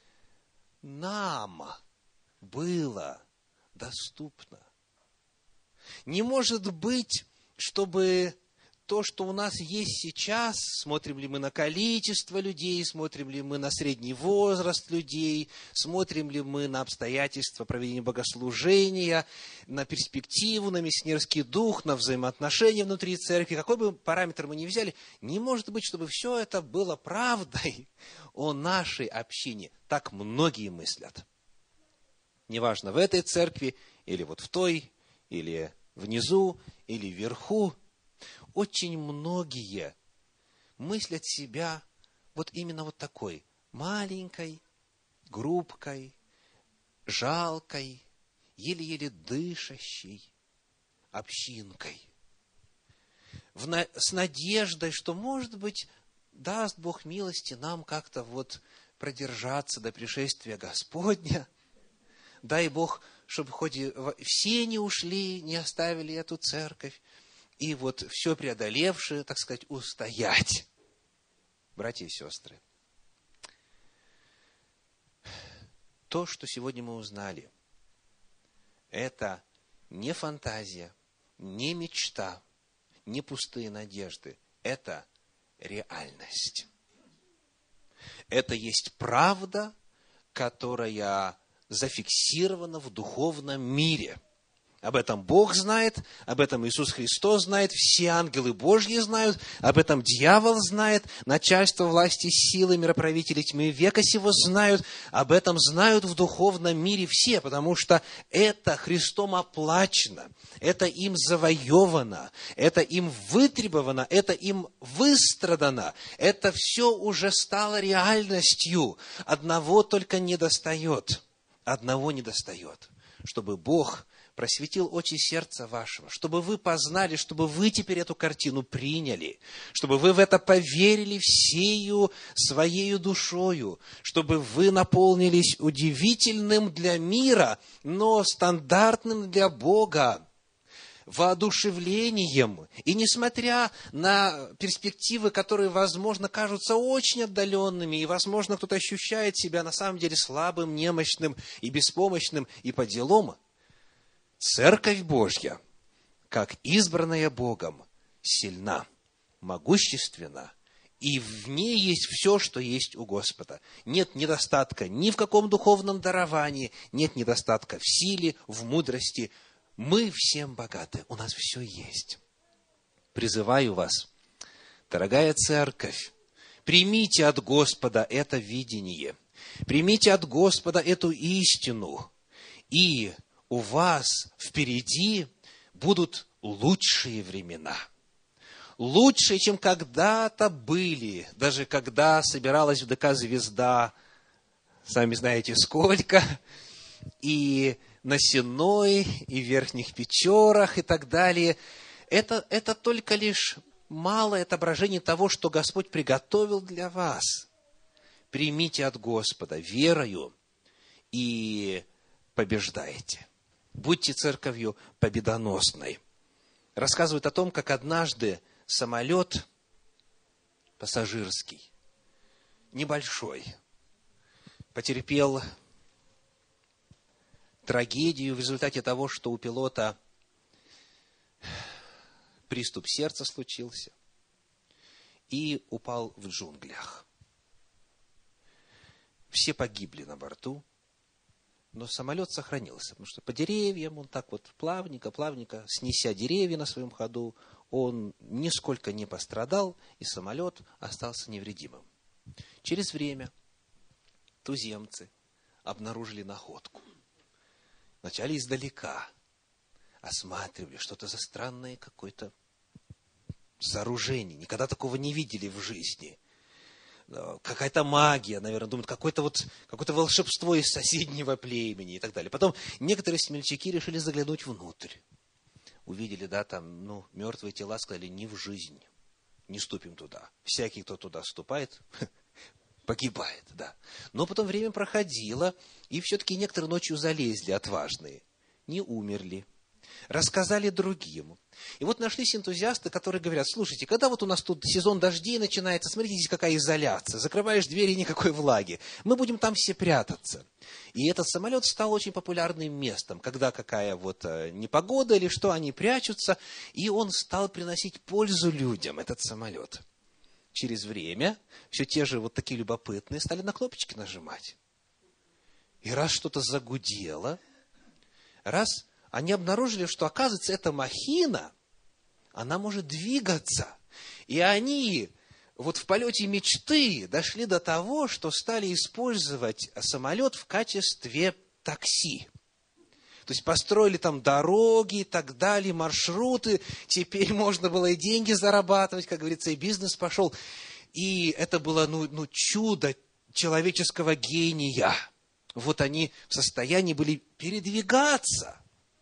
нам было доступно. Не может быть, чтобы то, что у нас есть сейчас, смотрим ли мы на количество людей, смотрим ли мы на средний возраст людей, смотрим ли мы на обстоятельства проведения богослужения, на перспективу, на миссионерский дух, на взаимоотношения внутри церкви, какой бы параметр мы ни взяли, не может быть, чтобы все это было правдой о нашей общине. Так многие мыслят. Неважно, в этой церкви, или вот в той, или внизу, или вверху. Очень многие мыслят себя вот именно вот такой маленькой, группкой, жалкой, еле-еле дышащей общинкой. С надеждой, что, может быть, даст Бог милости нам как-то вот продержаться до пришествия Господня. Дай Бог, чтобы хоть все не ушли, не оставили эту церковь. И вот все преодолевшие, так сказать, устоять. Братья и сестры, то, что сегодня мы узнали, это не фантазия, не мечта, не пустые надежды. Это реальность. Это есть правда, которая зафиксирована в духовном мире. Об этом Бог знает, об этом Иисус Христос знает, все ангелы Божьи знают, об этом дьявол знает, начальство власти, силы, мироправители тьмы века сего знают, об этом знают в духовном мире все, потому что это Христом оплачено, это им завоевано, это им вытребовано, это им выстрадано, это все уже стало реальностью. Одного только недостает, чтобы Бог просветил очи сердца вашего, чтобы вы познали, чтобы вы теперь эту картину приняли, чтобы вы в это поверили всею своею душою, чтобы вы наполнились удивительным для мира, но стандартным для Бога воодушевлением. И несмотря на перспективы, которые, возможно, кажутся очень отдаленными, и, возможно, кто-то ощущает себя на самом деле слабым, немощным и беспомощным, и по делам, Церковь Божья, как избранная Богом, сильна, могущественна, и в ней есть все, что есть у Господа. Нет недостатка ни в каком духовном даровании, нет недостатка в силе, в мудрости. Мы всем богаты, у нас все есть. Призываю вас, дорогая церковь, примите от Господа это видение, примите от Господа эту истину, и у вас впереди будут лучшие времена. Лучшие, чем когда-то были. Даже когда собиралась в ДК «Звезда», сами знаете сколько, и на Сенной, и в Верхних Печорах, и так далее. Это только лишь малое отображение того, что Господь приготовил для вас. Примите от Господа верою и побеждайте. Будьте церковью победоносной. Рассказывают о том, как однажды самолет пассажирский, небольшой, потерпел трагедию в результате того, что у пилота приступ сердца случился и упал в джунглях. Все погибли на борту. Но самолет сохранился, потому что по деревьям он так вот плавненько, снеся деревья на своем ходу, он нисколько не пострадал, и самолет остался невредимым. Через время туземцы обнаружили находку. Вначале издалека осматривали, что-то за странное какое-то сооружение. Никогда такого не видели в жизни. Какая-то магия, наверное, думают, какое-то волшебство из соседнего племени и так далее. Потом некоторые смельчаки решили заглянуть внутрь. Увидели, там, мертвые тела, сказали, не в жизнь, не ступим туда. Всякий, кто туда ступает, погибает, да. Но потом время проходило, и все-таки некоторые ночью залезли, отважные, не умерли. Рассказали другим. И вот нашлись энтузиасты, которые говорят, слушайте, когда вот у нас тут сезон дождей начинается, смотрите, здесь какая изоляция, закрываешь двери, никакой влаги, мы будем там все прятаться. И этот самолет стал очень популярным местом, когда какая непогода или что, они прячутся, и он стал приносить пользу людям, этот самолет. Через время все те же такие любопытные стали на кнопочки нажимать. И раз что-то загудело, раз они обнаружили, что, оказывается, эта махина, она может двигаться. И они в полете мечты дошли до того, что стали использовать самолет в качестве такси. То есть построили там дороги и так далее, маршруты. Теперь можно было и деньги зарабатывать, как говорится, и бизнес пошел. И это было чудо человеческого гения. Они в состоянии были передвигаться.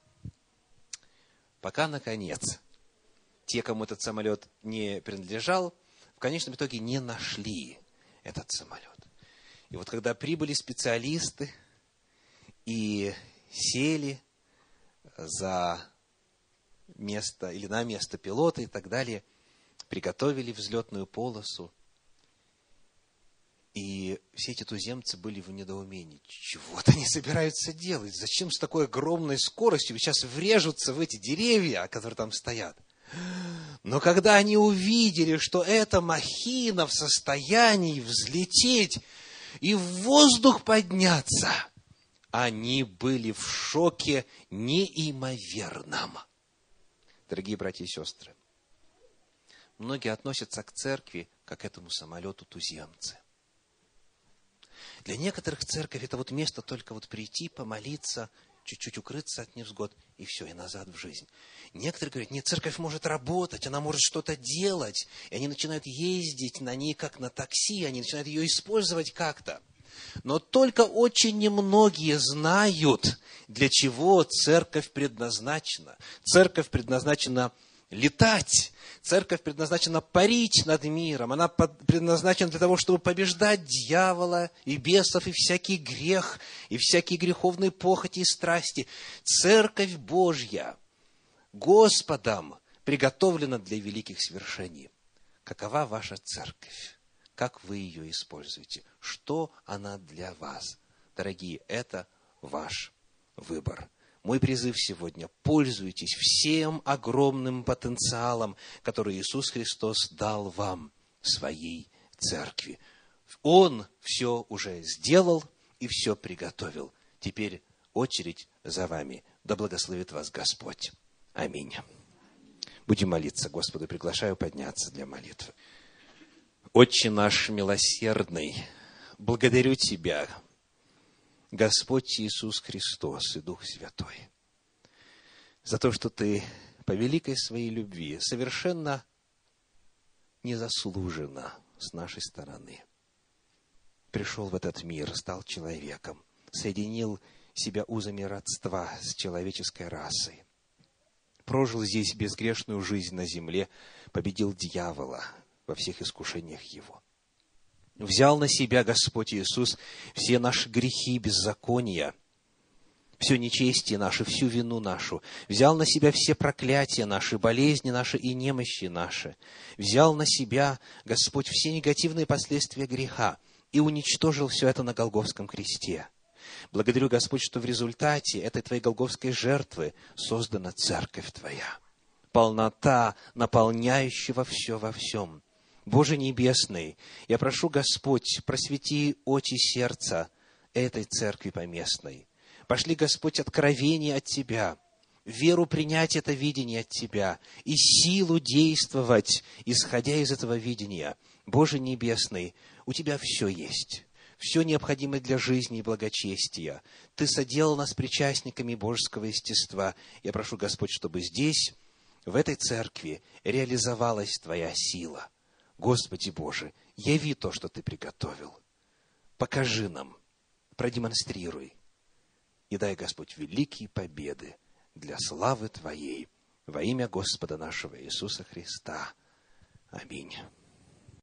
Пока, наконец, те, кому этот самолет не принадлежал, в конечном итоге не нашли этот самолет. И когда прибыли специалисты и сели за место или на место пилота и так далее, приготовили взлетную полосу, и все эти туземцы были в недоумении. Чего-то они собираются делать? Зачем с такой огромной скоростью сейчас врежутся в эти деревья, которые там стоят? Но когда они увидели, что эта махина в состоянии взлететь и в воздух подняться, они были в шоке неимоверном. Дорогие братья и сестры, многие относятся к церкви, как к этому самолету туземцы. Для некоторых церковь – это вот место только вот прийти, помолиться, чуть-чуть укрыться от невзгод, и все, и назад в жизнь. Некоторые говорят, нет, церковь может работать, она может что-то делать. И они начинают ездить на ней, как на такси, они начинают ее использовать как-то. Но только очень немногие знают, для чего церковь предназначена. Церковь предназначена летать. Церковь предназначена парить над миром. Она предназначена для того, чтобы побеждать дьявола и бесов, и всякий грех, и всякие греховные похоти и страсти. Церковь Божья Господом приготовлена для великих свершений. Какова ваша церковь? Как вы ее используете? Что она для вас? Дорогие, это ваш выбор. Мой призыв сегодня: пользуйтесь всем огромным потенциалом, который Иисус Христос дал вам, своей церкви. Он все уже сделал и все приготовил. Теперь очередь за вами. Да благословит вас Господь. Аминь. Будем молиться. Господу приглашаю подняться для молитвы. Отче наш милосердный, благодарю Тебя, Господь Иисус Христос и Дух Святой, за то, что Ты по великой своей любви совершенно незаслуженно с нашей стороны пришел в этот мир, стал человеком, соединил себя узами родства с человеческой расой, прожил здесь безгрешную жизнь на земле, победил дьявола во всех искушениях его. Взял на себя Господь Иисус все наши грехи, беззакония, все нечестие наше, всю вину нашу. Взял на себя все проклятия наши, болезни наши и немощи наши. Взял на себя, Господь, все негативные последствия греха и уничтожил все это на Голгофском кресте. Благодарю, Господь, что в результате этой Твоей голгофской жертвы создана Церковь Твоя. Полнота, наполняющего все во всем. Боже Небесный, я прошу, Господь, просвети очи сердца этой церкви поместной. Пошли, Господь, откровение от Тебя, веру принять это видение от Тебя и силу действовать, исходя из этого видения. Боже Небесный, у Тебя все есть, все необходимое для жизни и благочестия. Ты соделал нас причастниками божеского естества. Я прошу, Господь, чтобы здесь, в этой церкви, реализовалась Твоя сила. Господи Боже, яви то, что Ты приготовил. Покажи нам, продемонстрируй. И дай, Господь, великие победы для славы Твоей во имя Господа нашего Иисуса Христа. Аминь.